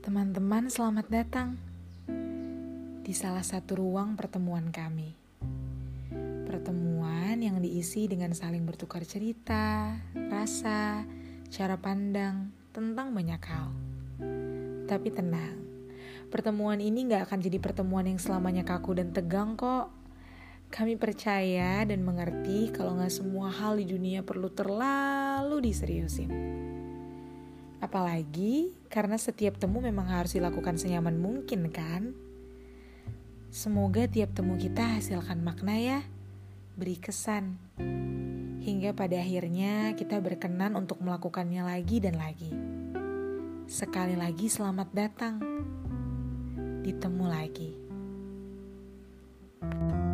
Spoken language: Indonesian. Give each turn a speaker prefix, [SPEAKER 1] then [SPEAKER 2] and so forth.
[SPEAKER 1] Teman-teman, selamat datang di salah satu ruang pertemuan kami. Pertemuan yang diisi dengan saling bertukar cerita, rasa, cara pandang tentang banyak hal. Tapi tenang, pertemuan ini gak akan jadi pertemuan yang selamanya kaku dan tegang kok. Kami percaya dan mengerti kalau gak semua hal di dunia perlu terlalu diseriusin. Apalagi karena setiap temu memang harus dilakukan senyaman mungkin kan? Semoga tiap temu kita hasilkan makna ya, beri kesan. Hingga pada akhirnya kita berkenan untuk melakukannya lagi dan lagi. Sekali lagi selamat datang, ditemu lagi.